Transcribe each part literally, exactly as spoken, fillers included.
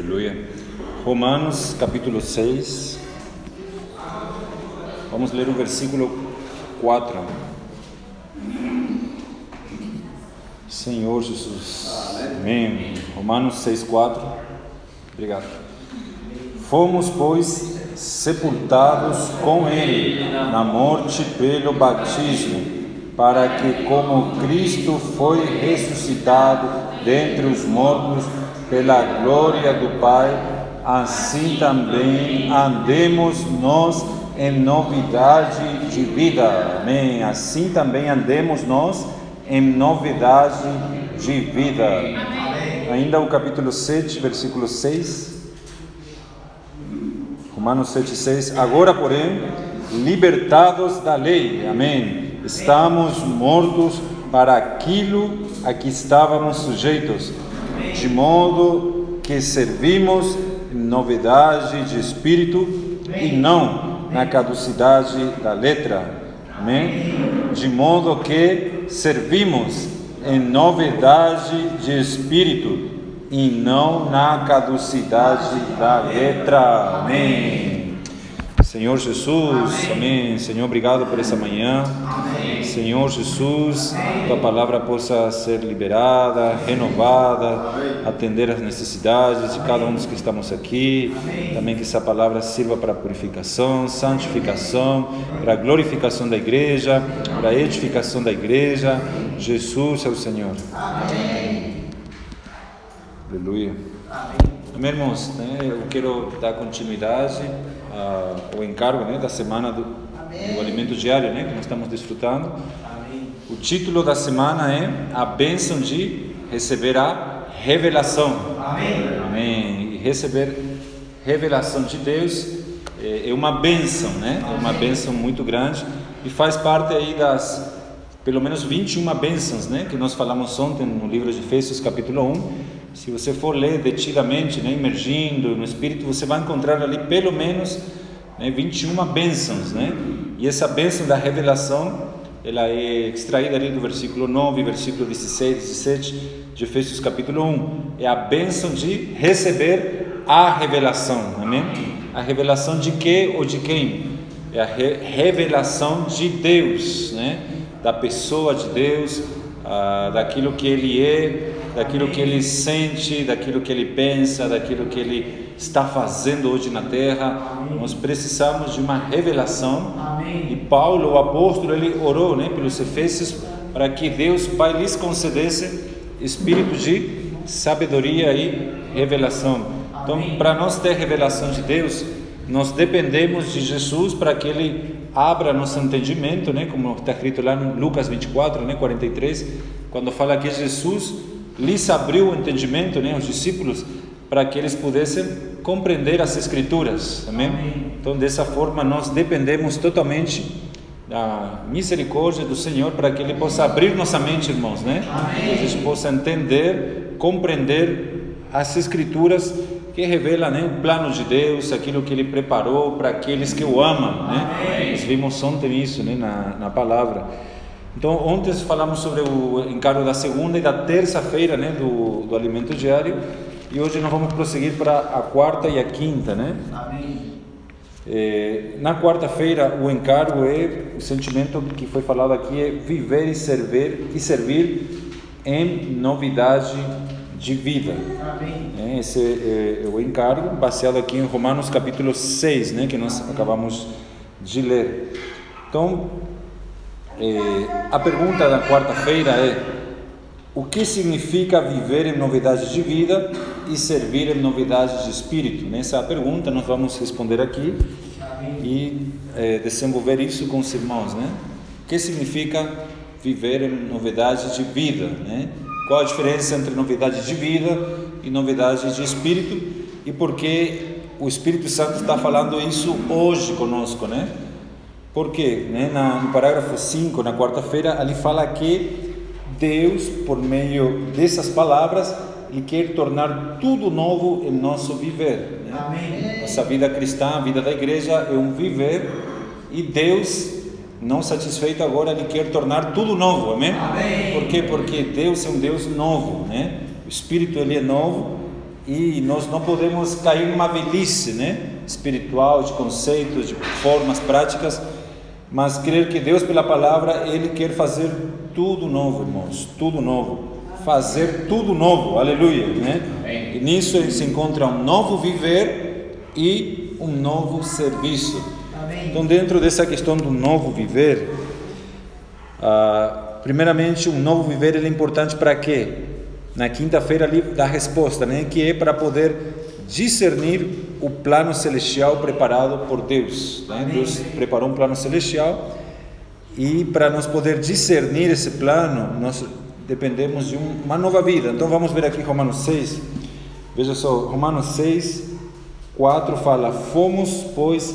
Aleluia. Romanos capítulo seis. Vamos ler o versículo quatro. Senhor Jesus. Amém. Romanos seis, quatro. Obrigado. Fomos, pois, sepultados com Ele na morte pelo batismo, para que, como Cristo foi ressuscitado dentre os mortos pela glória do Pai, assim também andemos nós em novidade de vida. Amém. Assim também andemos nós em novidade de vida. Amém. Ainda o capítulo sete, versículo seis. Romanos sete, seis. Agora, porém, libertados da lei, amém, estamos mortos para aquilo a que estávamos sujeitos, de modo que servimos em novidade de espírito e não na caducidade da letra, amém? De modo que servimos em novidade de espírito e não na caducidade da letra. Amém. Senhor Jesus, amém. Senhor, obrigado por essa manhã. Amém. Senhor Jesus, tua palavra possa ser liberada, renovada, atender às necessidades de cada um dos que estamos aqui. Também que essa palavra sirva para purificação, santificação, para a glorificação da igreja, para a edificação da igreja. Jesus é o Senhor. Amém. Aleluia. Amém, irmãos, né? Eu quero dar continuidade uh, ao encargo, né, da semana do, do alimento diário, né, que nós estamos desfrutando. Amém. O título da semana é a bênção de receber a revelação. Amém. Amém. E receber revelação de Deus é, é uma bênção, né? É uma bênção muito grande e faz parte aí das pelo menos vinte e uma bênçãos, né, que nós falamos ontem no livro de Efésios capítulo um. Se você for ler detidamente, né, imergindo no Espírito, você vai encontrar ali pelo menos, né, vinte e uma bênçãos, né? E essa bênção da revelação, ela é extraída ali do versículo nove, versículo dezesseis, dezessete de Efésios capítulo um. É a bênção de receber a revelação, amém? A revelação de quê ou de quem? É a re- revelação de Deus, né? Da pessoa de Deus, ah, daquilo que Ele é, daquilo que Ele sente, daquilo que Ele pensa, daquilo que Ele está fazendo hoje na terra. Amém. Nós precisamos de uma revelação. Amém. E Paulo, o apóstolo, ele orou, né, pelos Efésios para que Deus Pai lhes concedesse espírito de sabedoria e revelação. Então, para nós ter revelação de Deus, nós dependemos de Jesus para que Ele abra nosso entendimento, né, como está escrito lá no Lucas vinte e quatro, né, quarenta e três, quando fala que Jesus lhes abriu o entendimento, né, aos discípulos, para que eles pudessem compreender as Escrituras, amém? Amém. Então, dessa forma, nós dependemos totalmente da misericórdia do Senhor para que Ele possa abrir nossa mente, irmãos, né? Amém. Que a gente possa entender, compreender as Escrituras que revela, né, o plano de Deus, aquilo que Ele preparou para aqueles que o amam, né? Amém. Nós vimos ontem isso, né, na, na palavra. Então, ontem falamos sobre o encargo da segunda e da terça-feira, né, do, do alimento diário, e hoje nós vamos prosseguir para a quarta e a quinta, né? Amém. É, na quarta-feira o encargo é, o sentimento que foi falado aqui é viver e servir, e servir em novidade de vida. Amém. Esse é, é o encargo baseado aqui em Romanos capítulo seis, né, que nós acabamos de ler. Então, é, a pergunta da quarta-feira é: o que significa viver em novidade de vida e servir em novidade de espírito? Nessa pergunta nós vamos responder aqui e é, desenvolver isso com os irmãos, né? O que significa viver em novidade de vida, né? Qual a diferença entre novidade de vida e novidade de espírito e por que o Espírito Santo está falando isso hoje conosco, né? Porque, né, na, no parágrafo cinco, na quarta-feira, ali fala que Deus, por meio dessas palavras, Ele quer tornar tudo novo em nosso viver, né? Amém. Nossa vida cristã, a vida da igreja é um viver, e Deus, não satisfeito agora, Ele quer tornar tudo novo, amém? Amém. Por quê? Porque Deus é um Deus novo, né? O Espírito, Ele é novo, e nós não podemos cair numa velhice, né? Espiritual, de conceitos, de formas práticas, mas crer que Deus, pela palavra, Ele quer fazer tudo novo, irmãos, tudo novo, fazer tudo novo, aleluia, né? E nisso se encontra um novo viver e um novo serviço. Então, dentro dessa questão do novo viver, ah, primeiramente, um novo viver ele é importante para quê? Na quinta-feira ali dá a resposta, né? Que é para poder discernir o plano celestial preparado por Deus, né? Deus preparou um plano celestial, e para nós poder discernir esse plano, nós dependemos de um, uma nova vida. Então vamos ver aqui Romanos seis, veja só, Romanos seis, quatro fala: fomos, pois,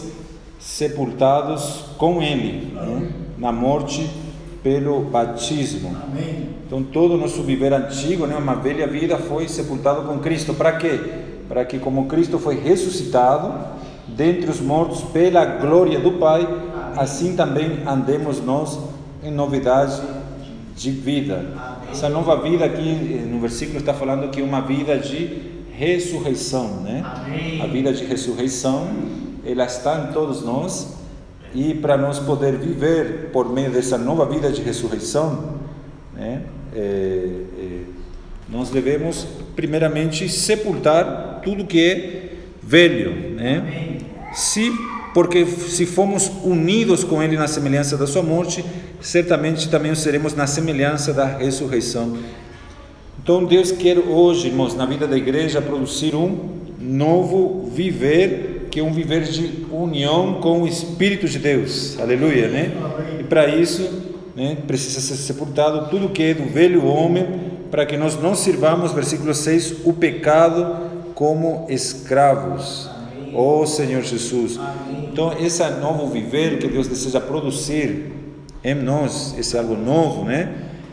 sepultados com Ele, né? Na morte pelo batismo. Amém. Então todo o nosso viver antigo, né, uma velha vida, foi sepultado com Cristo. Para quê? Para que, como Cristo foi ressuscitado dentre os mortos pela glória do Pai, assim também andemos nós em novidade de vida. Essa nova vida aqui no versículo está falando que é uma vida de ressurreição, né? A vida de ressurreição, ela está em todos nós. E para nós poder viver por meio dessa nova vida de ressurreição, né, é, é, nós devemos primeiramente sepultar tudo que é velho, né? Se, porque se fomos unidos com Ele na semelhança da sua morte, certamente também o seremos na semelhança da ressurreição. Então Deus quer hoje, irmãos, na vida da igreja, produzir um novo viver, que é um viver de união com o Espírito de Deus, aleluia, né? E para isso, né, precisa ser sepultado tudo que é do velho homem, para que nós não sirvamos, versículo seis, o pecado como escravos. Oh Senhor Jesus. Então esse novo viver que Deus deseja produzir em nós, esse algo novo, né,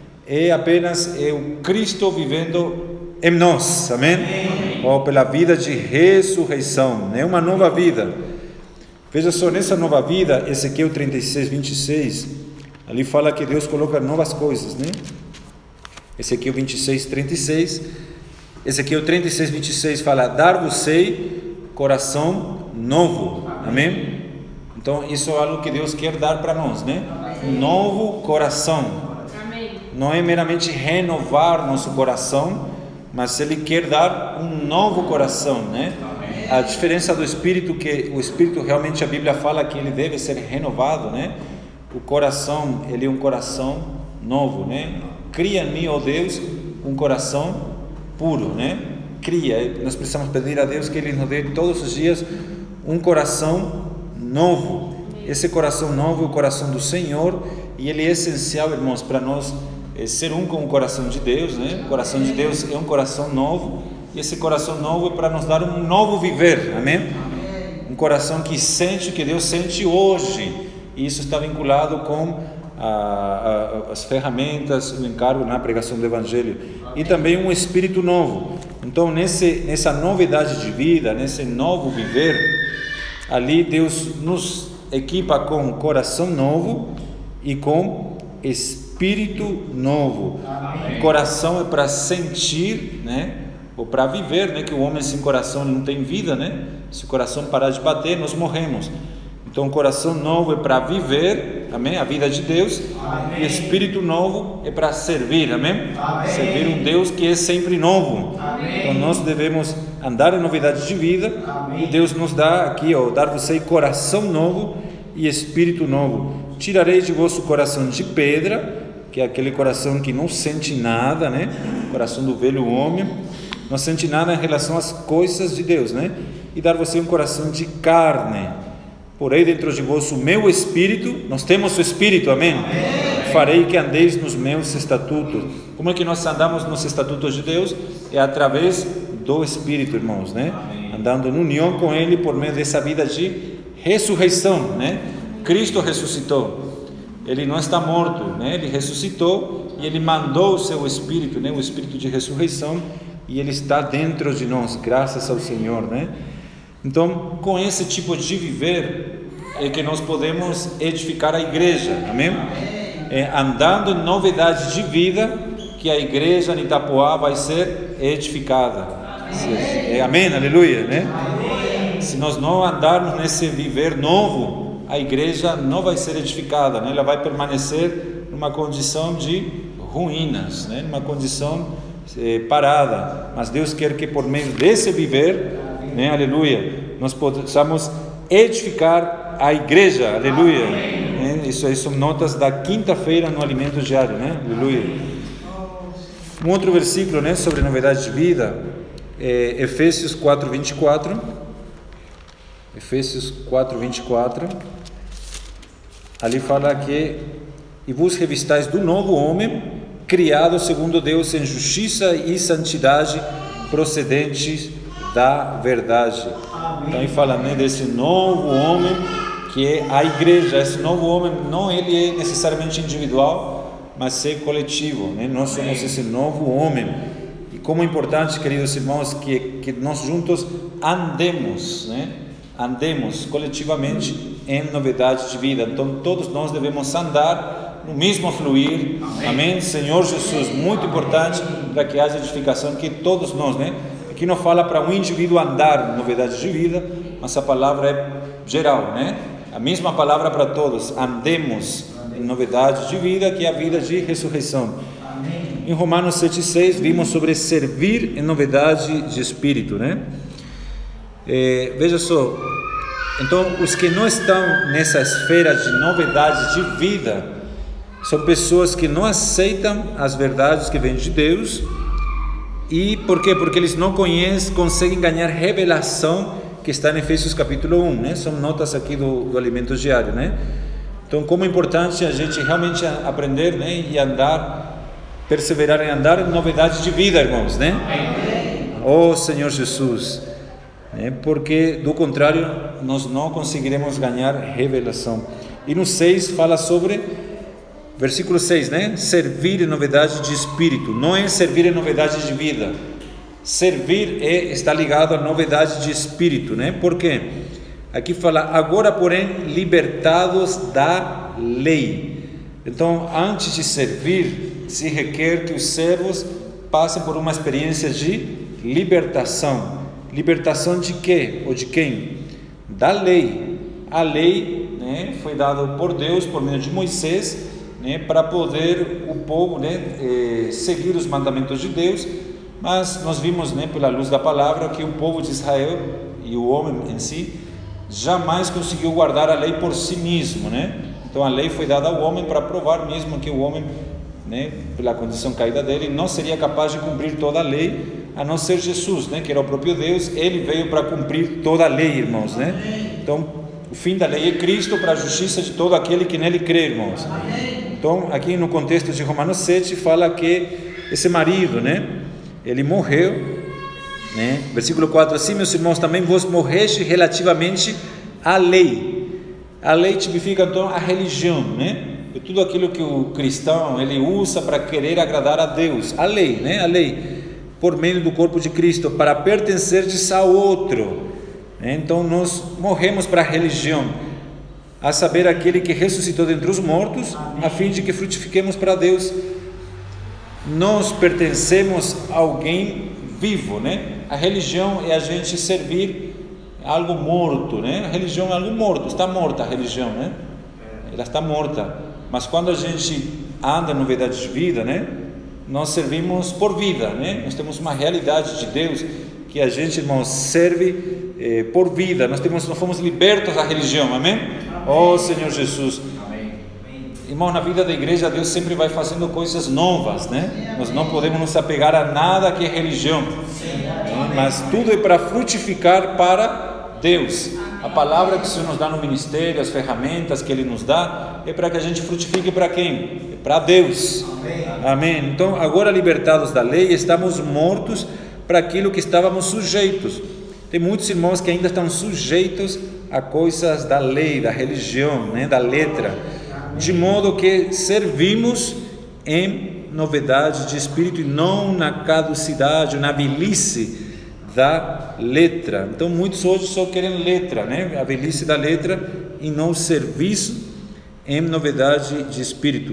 é apenas é o Cristo vivendo em nós, amém? Ou oh, pela vida de ressurreição, né? Uma nova vida. Veja só, nessa nova vida, Ezequiel trinta e seis, vinte e seis, ali fala que Deus coloca novas coisas, né? Ezequiel vinte e seis, trinta e seis, Ezequiel trinta e seis, vinte e seis fala: dar-vos-ei coração novo, amém? Então isso é algo que Deus quer dar para nós, né? Um novo coração. Não é meramente renovar nosso coração, mas Ele quer dar um novo coração, né? A diferença do Espírito, que o Espírito realmente, a Bíblia fala que ele deve ser renovado, né? O coração, ele é um coração novo, né? Cria em mim, ó Deus, um coração puro, né? Cria, nós precisamos pedir a Deus que Ele nos dê todos os dias um coração novo. Esse coração novo é o coração do Senhor, e ele é essencial, irmãos, para nós é ser um com o coração de Deus, né? O coração de Deus é um coração novo, e esse coração novo é para nos dar um novo viver, amém? Amém. Um coração que sente o que Deus sente hoje, e isso está vinculado com a, a, as ferramentas, o encargo na pregação do Evangelho, e também um espírito novo. Então nesse, nessa novidade de vida, nesse novo viver, ali Deus nos equipa com coração novo e com espírito Espírito novo. Amém. Coração é para sentir, né? Ou para viver, né? Que o homem sem coração não tem vida, né? Se o coração parar de bater, nós morremos. Então, coração novo é para viver, amém? A vida de Deus. Amém. E Espírito novo é para servir, amém? Amém? Servir um Deus que é sempre novo. Amém. Então, nós devemos andar em novidade de vida. Amém. E Deus nos dá aqui, ó, dar-vos-ei coração novo e Espírito novo. Tirarei de vosso coração de pedra, que é aquele coração que não sente nada, né? Coração do velho homem, não sente nada em relação às coisas de Deus, né? E dar você um coração de carne. Porém dentro de vós o meu espírito, nós temos o espírito, amém? Amém? Farei que andeis nos meus estatutos. Como é que nós andamos nos estatutos de Deus? É através do Espírito, irmãos, né? Amém. Andando em união com Ele por meio dessa vida de ressurreição, né? Cristo ressuscitou. Ele não está morto, né? Ele ressuscitou e Ele mandou o seu Espírito, né? O Espírito de ressurreição, e Ele está dentro de nós, graças ao Senhor, né? Então, com esse tipo de viver é que nós podemos edificar a igreja, amém? É, andando em novidade de vida, que a igreja em Itapoá vai ser edificada. É, amém, aleluia, né? Se nós não andarmos nesse viver novo, a igreja não vai ser edificada, né? Ela vai permanecer numa condição de ruínas, né? Numa condição eh, parada. Mas Deus quer que por meio desse viver, né? Aleluia, nós possamos edificar a igreja, aleluia. Né? Isso aí são notas da quinta-feira no alimento diário, né? Aleluia. Um outro versículo, né, sobre novidade de vida, é Efésios quatro, vinte e quatro. Efésios quatro, vinte e quatro. Ali fala que e vos revistais do novo homem, criado segundo Deus em justiça e santidade, procedentes da verdade. Então ele fala, né, desse novo homem que é a igreja. Esse novo homem não ele é necessariamente individual, mas é coletivo, né? Nós somos esse novo homem. E como é importante, queridos irmãos, que, que nós juntos andemos, né? Andemos coletivamente em novidade de vida. Então todos nós devemos andar no mesmo fluir. Amém, Amém? Senhor Jesus, muito importante para que haja edificação, que todos nós, né? Aqui não fala para um indivíduo andar em novidade de vida, mas a palavra é geral, né? A mesma palavra para todos, andemos em novidade de vida, que é a vida de ressurreição. Amém. Em Romanos sete, seis, vimos sobre servir em novidade de espírito, né? É, veja só, então os que não estão nessa esfera de novidade de vida, são pessoas que não aceitam as verdades que vêm de Deus. E por quê? Porque eles não conhecem, conseguem ganhar revelação que está em Efésios capítulo um, né? São notas aqui do, do alimento diário, né? Então, como é importante a gente realmente aprender, né, e andar, perseverar em andar em novidade de vida, irmãos, né? Oh Senhor Jesus, né? Porque do contrário nós não conseguiremos ganhar revelação. E no seis fala sobre, versículo seis, né? Servir em novidade de espírito, não é servir em novidade de vida. Servir é, está ligado à novidade de espírito, né? Por quê? Aqui fala, agora porém libertados da lei. Então, antes de servir, se requer que os servos passem por uma experiência de libertação. Libertação de quê? Ou de quem? Da lei. A lei, né, foi dada por Deus, por meio de Moisés, né, para poder o povo, né, eh, seguir os mandamentos de Deus. Mas nós vimos, né, pela luz da palavra, que o povo de Israel e o homem em si jamais conseguiu guardar a lei por si mesmo, né? Então a lei foi dada ao homem para provar mesmo que o homem, né, pela condição caída dele, não seria capaz de cumprir toda a lei, a não ser Jesus, né, que era o próprio Deus. Ele veio para cumprir toda a lei, irmãos, né? Então o fim da lei é Cristo para a justiça de todo aquele que nele crê, irmãos. Então aqui no contexto de Romanos sete fala que esse marido, né, ele morreu, né? Versículo quatro, assim meus irmãos, também vos morreste relativamente à lei. A lei tipifica então a religião, né? E tudo aquilo que o cristão ele usa para querer agradar a Deus. A lei, né? A lei, por meio do corpo de Cristo, para pertencerdes a outro. Então nós morremos para a religião, a saber, aquele que ressuscitou dentre os mortos, a fim de que frutifiquemos para Deus. Nós pertencemos a alguém vivo, né? A religião é a gente servir algo morto, né? A religião é algo morto, está morta a religião, né? Ela está morta. Mas quando a gente anda em novidade de vida, né, nós servimos por vida, né? Nós temos uma realidade de Deus que a gente, irmãos, serve eh, por vida. Nós temos, nós fomos libertos da religião, amém? Oh Senhor Jesus. Irmão, na vida da igreja, Deus sempre vai fazendo coisas novas, né? Nós não podemos nos apegar a nada que é religião, né? Mas tudo é para frutificar para Deus. A palavra que o Senhor nos dá no ministério, as ferramentas que Ele nos dá, é para que a gente frutifique para quem? É para Deus. Amém. Então, agora libertados da lei, estamos mortos para aquilo que estávamos sujeitos. Tem muitos irmãos que ainda estão sujeitos a coisas da lei, da religião, né? Da letra. De modo que servimos em novidade de espírito e não na caducidade, na velhice da letra. Então muitos hoje só querem letra, né? A velhice da letra e não o serviço em novidade de espírito.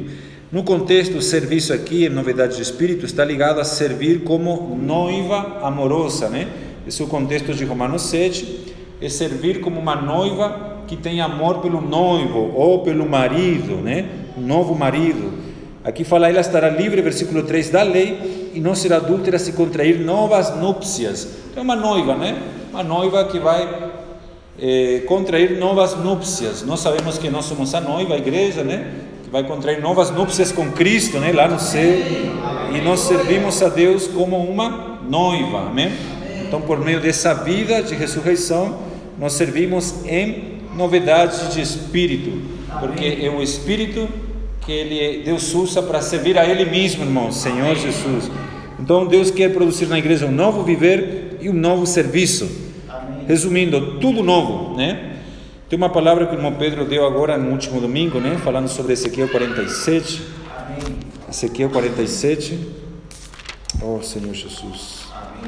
No contexto, o serviço aqui, em Novidade de Espírito, está ligado a servir como noiva amorosa, né? Esse é o contexto de Romanos sete, é servir como uma noiva que tem amor pelo noivo ou pelo marido, né? Um novo marido. Aqui fala, ela estará livre, versículo três, da lei, e não será adúltera se contrair novas núpcias. É uma noiva, né? Uma noiva que vai eh, contrair novas núpcias. Nós sabemos que nós somos a noiva, a igreja, né? Que vai contrair novas núpcias com Cristo, né? Lá no céu. E nós servimos a Deus como uma noiva, amém? Então, por meio dessa vida de ressurreição, nós servimos em novidade de espírito, porque é o espírito que ele, Deus usa para servir a Ele mesmo, irmãos, Senhor Jesus. Então Deus quer produzir na igreja um novo viver e um novo serviço. Resumindo, tudo novo, né? Tem uma palavra que o irmão Pedro deu agora no último domingo, né? Falando sobre Ezequiel quarenta e sete. Ezequiel quarenta e sete. Oh, Senhor Jesus.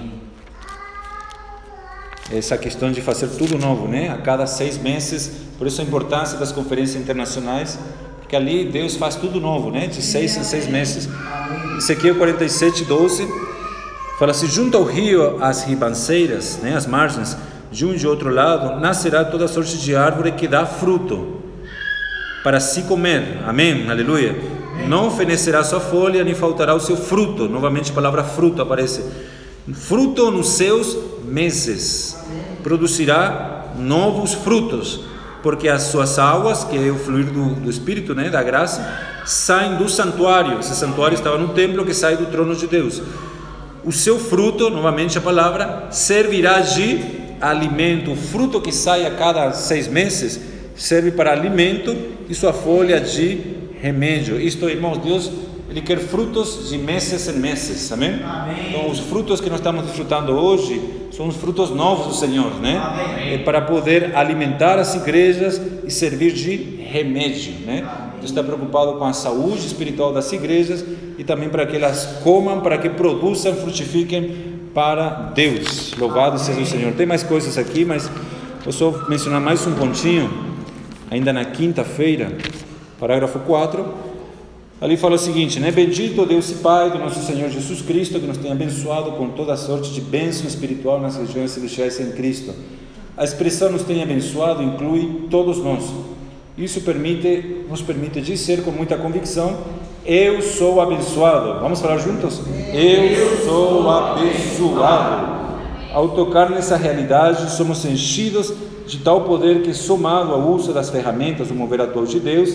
Essa questão de fazer tudo novo, né? A cada seis meses. Por isso a importância das conferências internacionais, porque ali Deus faz tudo novo, né? De seis em seis meses. Ezequiel quarenta e sete, doze fala assim: junto ao rio, as ribanceiras, né? As margens, de um e de outro lado, nascerá toda sorte de árvore que dá fruto para se comer. Amém? Aleluia. Não fenecerá sua folha, nem faltará o seu fruto. Novamente a palavra fruto aparece. Fruto nos seus meses. Produzirá novos frutos, porque as suas águas, que é o fluir do, do Espírito, né, da graça, saem do santuário. Esse santuário estava no templo que sai do trono de Deus. O seu fruto, novamente a palavra, servirá de alimento. O fruto que sai a cada seis meses serve para alimento, e sua folha de remédio. Isto, irmãos, Deus, Ele quer frutos de meses em meses, amém? Amém. Então, os frutos que nós estamos desfrutando hoje são os frutos novos do Senhor, né? É para poder alimentar as igrejas e servir de remédio, né? Deus está preocupado com a saúde espiritual das igrejas e também para que elas comam, para que produzam, frutifiquem para Deus. Louvado seja o Senhor. Tem mais coisas aqui, mas eu só vou mencionar mais um pontinho. Ainda na quinta-feira, parágrafo quatro. Ali fala o seguinte, né? Bendito Deus e Pai do nosso Senhor Jesus Cristo, que nos tem abençoado com toda sorte de bênção espiritual nas regiões celestiais em Cristo. A expressão nos tem abençoado inclui todos nós. Isso permite, nos permite dizer com muita convicção: eu sou abençoado. Vamos falar juntos? Eu sou abençoado. Ao tocar nessa realidade, somos enchidos de tal poder que, somado ao uso das ferramentas do mover atual de Deus,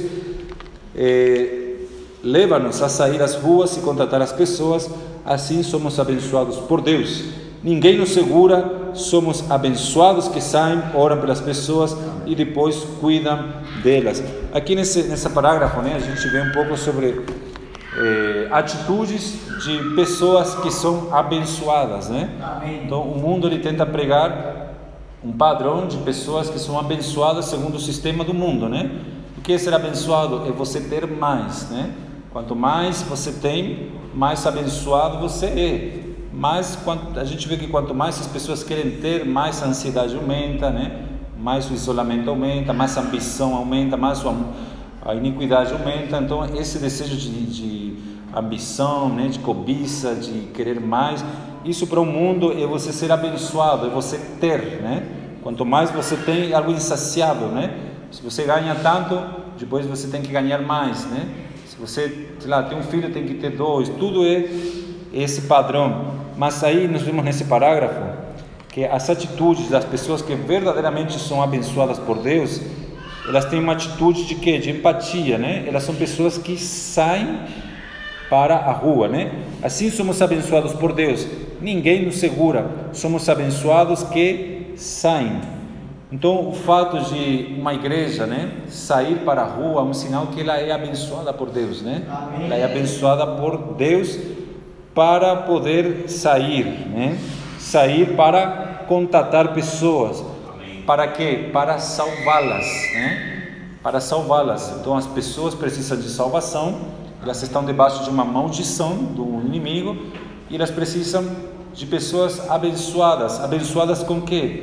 é, leva-nos a sair às ruas e contatar as pessoas. Assim somos abençoados por Deus. Ninguém nos segura, somos abençoados que saem, oram pelas pessoas e depois cuidam delas. Aqui nesse, nesse parágrafo, né, a gente vê um pouco sobre eh, atitudes de pessoas que são abençoadas, né? Então o mundo ele tenta pregar um padrão de pessoas que são abençoadas segundo o sistema do mundo, né? O que é ser abençoado? É você ter mais, né? Quanto mais você tem, mais abençoado você é. Mas a gente vê que quanto mais as pessoas querem ter, mais a ansiedade aumenta, né? Mais o isolamento aumenta, mais a ambição aumenta, mais a iniquidade aumenta. Então esse desejo de, de ambição, né? De cobiça, de querer mais, isso para o mundo é você ser abençoado, é você ter, né? Quanto mais você tem, é algo insaciável, né? Se você ganha tanto, depois você tem que ganhar mais, né? Se você, sei lá, tem um filho, tem que ter dois. Tudo é esse padrão. Mas aí nós vemos nesse parágrafo que as atitudes das pessoas que verdadeiramente são abençoadas por Deus, elas têm uma atitude de quê? De empatia, né? Elas são pessoas que saem para a rua, né? Assim somos abençoados por Deus. Ninguém nos segura. Somos abençoados que saem. Então o fato de uma igreja, né, sair para a rua é um sinal que ela é abençoada por Deus, né? Amém. Ela é abençoada por Deus para poder sair, né? Sair para contatar pessoas. Amém. Para quê? Para salvá-las, né? Para salvá-las. Então as pessoas precisam de salvação, elas estão debaixo de uma maldição do inimigo e elas precisam de pessoas abençoadas. Abençoadas com quê?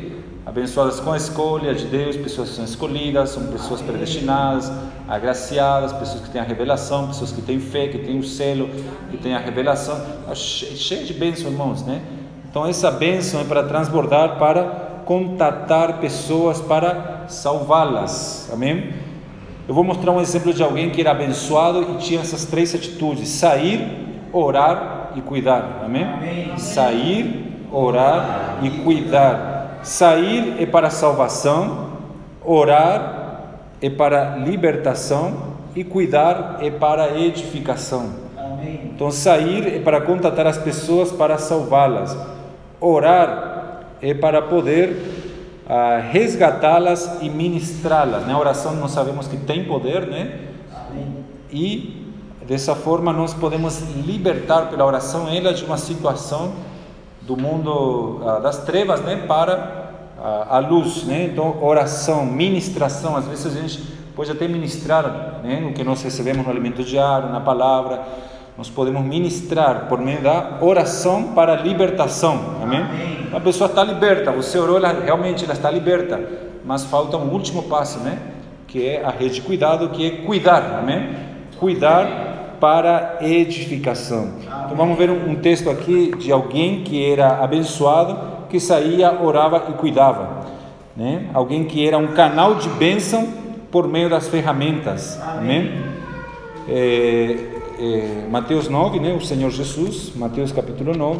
Abençoadas com a escolha de Deus, pessoas que são escolhidas, são pessoas predestinadas, agraciadas, pessoas que têm a revelação, pessoas que têm fé, que têm o selo, que têm a revelação, cheio de bênção, irmãos, né? Então essa bênção é para transbordar, para contatar pessoas, para salvá-las, amém? Eu vou mostrar um exemplo de alguém que era abençoado e tinha essas três atitudes: sair, orar e cuidar, amém? Amém. Sair, orar e cuidar. Sair é para salvação, orar é para libertação e cuidar é para edificação. Amém. Então sair é para contatar as pessoas, para salvá-las. Orar é para poder ah, resgatá-las e ministrá-las, né? A oração nós sabemos que tem poder, né? Amém. E dessa forma nós podemos libertar pela oração ela de uma situação do mundo ah, das trevas, né, para ah, a luz, né? Então oração, ministração, às vezes a gente pode até ministrar, né, o que nós recebemos no alimento diário, na palavra, nós podemos ministrar por meio da oração para a libertação, amém? Amém. A pessoa está liberta, você orou, ela, realmente ela está liberta, mas falta um último passo, né, que é a rede de cuidado, que é cuidar, amém? Cuidar para edificação. Então vamos ver um, um texto aqui de alguém que era abençoado, que saía, orava e cuidava, né? Alguém que era um canal de bênção por meio das ferramentas, amém? É, é, Mateus nove, né? O Senhor Jesus, Mateus capítulo nove.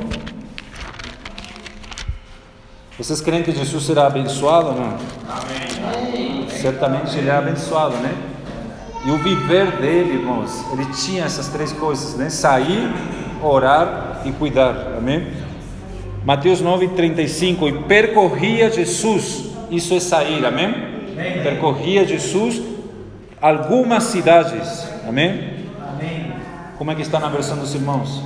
Vocês creem que Jesus será abençoado ou não? Amém. Certamente ele é abençoado, né? E o viver dele, irmãos, ele tinha essas três coisas, né? Sair, orar e cuidar, amém? Mateus nove, trinta e cinco, e percorria Jesus, isso é sair, amém? Amém. Percorria Jesus algumas cidades, amém? Amém. Como é que está na versão dos irmãos?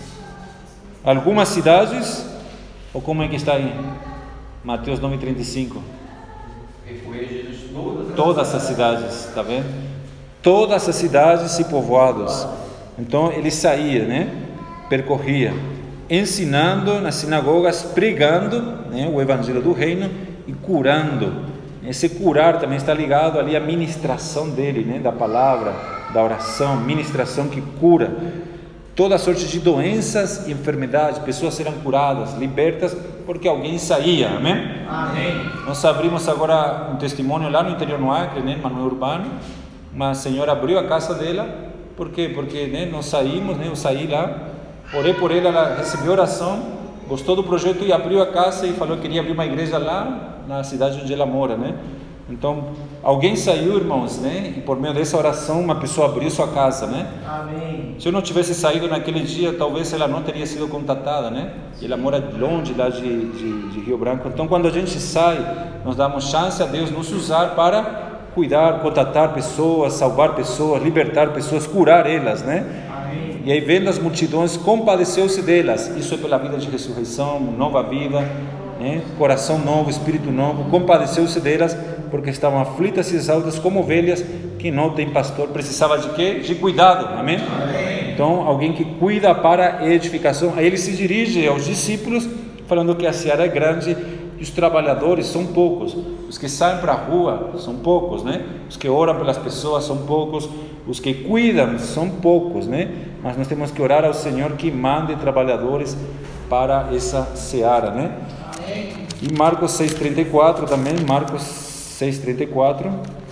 Algumas cidades, ou como é que está aí? Mateus nove, trinta e cinco. Percorria Jesus todas, todas as cidades, está vendo? Todas as cidades e povoados. Então ele saía, né? Percorria, ensinando nas sinagogas, pregando, né, o evangelho do reino e curando. Esse curar também está ligado ali à ministração dele, né, da palavra, da oração, ministração que cura. Toda sorte de doenças e enfermidades, pessoas serão curadas, libertas, porque alguém saía, amém? Amém. Nós abrimos agora um testemunho lá no interior do Acre, né, Manuel Urbano. Uma senhora abriu a casa dela, por quê? Porque, né, nós saímos, né, eu saí lá, orei por ela, ela recebeu oração, gostou do projeto e abriu a casa e falou que queria abrir uma igreja lá na cidade onde ela mora, né? Então, alguém saiu, irmãos, né? E por meio dessa oração, uma pessoa abriu sua casa, né? Amém. Se eu não tivesse saído naquele dia, talvez ela não teria sido contatada, né? E ela mora longe lá de, de, de Rio Branco. Então, quando a gente sai, nós damos chance a Deus nos usar para cuidar, contatar pessoas, salvar pessoas, libertar pessoas, curar elas, né? Amém. E aí vendo as multidões, compadeceu-se delas. Isso é pela vida de ressurreição, nova vida, né? Coração novo, espírito novo. Compadeceu-se delas porque estavam aflitas e exaustas como ovelhas que não tem pastor. Precisava de quê? De cuidado, amém? Amém. Então alguém que cuida para a edificação. Aí ele se dirige aos discípulos falando que a seara é grande e os trabalhadores são poucos. Os que saem para a rua são poucos, né? Os que oram pelas pessoas são poucos, os que cuidam são poucos, né? Mas nós temos que orar ao Senhor que mande trabalhadores para essa seara, né? E Marcos seis, trinta e quatro também, Marcos seis, trinta e quatro.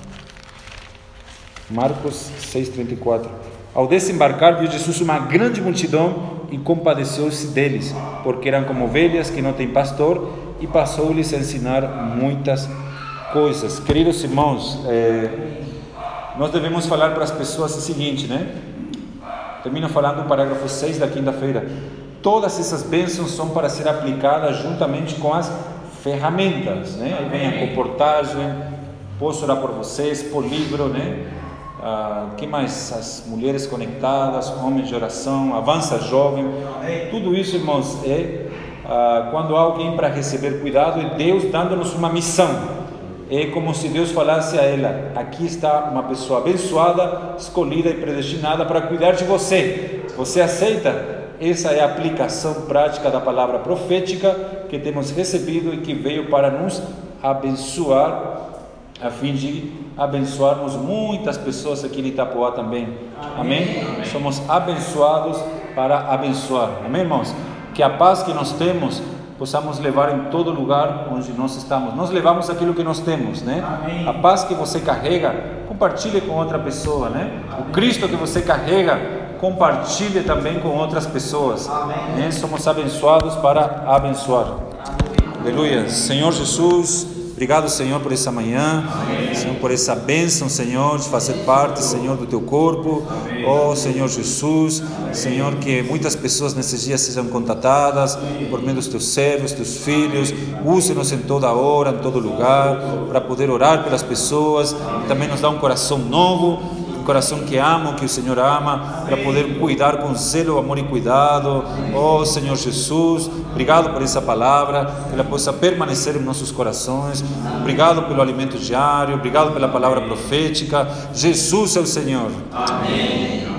Marcos seis, trinta e quatro. Ao desembarcar, viu Jesus uma grande multidão e compadeceu-se deles, porque eram como ovelhas que não têm pastor, e passou-lhes a ensinar muitas coisas. Queridos irmãos, é, nós devemos falar para as pessoas o seguinte, né? Termino falando o parágrafo seis da quinta-feira. Todas essas bênçãos são para ser aplicadas juntamente com as ferramentas, né? Aí vem a comportagem, posso orar por vocês, por livro, né? Ah, que mais? As mulheres conectadas, homens de oração, avança jovem, tudo isso, irmãos, é ah, quando há alguém para receber cuidado e Deus dando-nos uma missão. É como se Deus falasse a ela: aqui está uma pessoa abençoada, escolhida e predestinada para cuidar de você. Você aceita? Essa é a aplicação prática da palavra profética que temos recebido e que veio para nos abençoar, a fim de abençoarmos muitas pessoas aqui em Itapoá também. Amém? Amém? Somos abençoados para abençoar. Amém, irmãos? Que a paz que nós temos possamos levar em todo lugar onde nós estamos. Nós levamos aquilo que nós temos, né? Amém. A paz que você carrega, compartilhe com outra pessoa, né? Amém. O Cristo que você carrega, compartilhe também com outras pessoas. Né? Somos abençoados para abençoar. Amém. Aleluia. Senhor Jesus, obrigado, Senhor, por essa manhã. Amém. Senhor, por essa bênção, Senhor, de fazer parte, Senhor, do Teu corpo. Amém. Oh, Senhor Jesus, Amém. Senhor, que muitas pessoas nesses dias sejam contatadas Amém. Por meio dos Teus servos, Teus filhos. Use-nos em toda hora, em todo lugar, para poder orar pelas pessoas. E também nos dá um coração novo, coração que ama, que o Senhor ama, para poder cuidar com zelo, amor e cuidado. Oh, Senhor Jesus, obrigado por essa palavra, que ela possa permanecer em nossos corações. Obrigado pelo alimento diário, obrigado pela palavra profética. Jesus é o Senhor. Amém.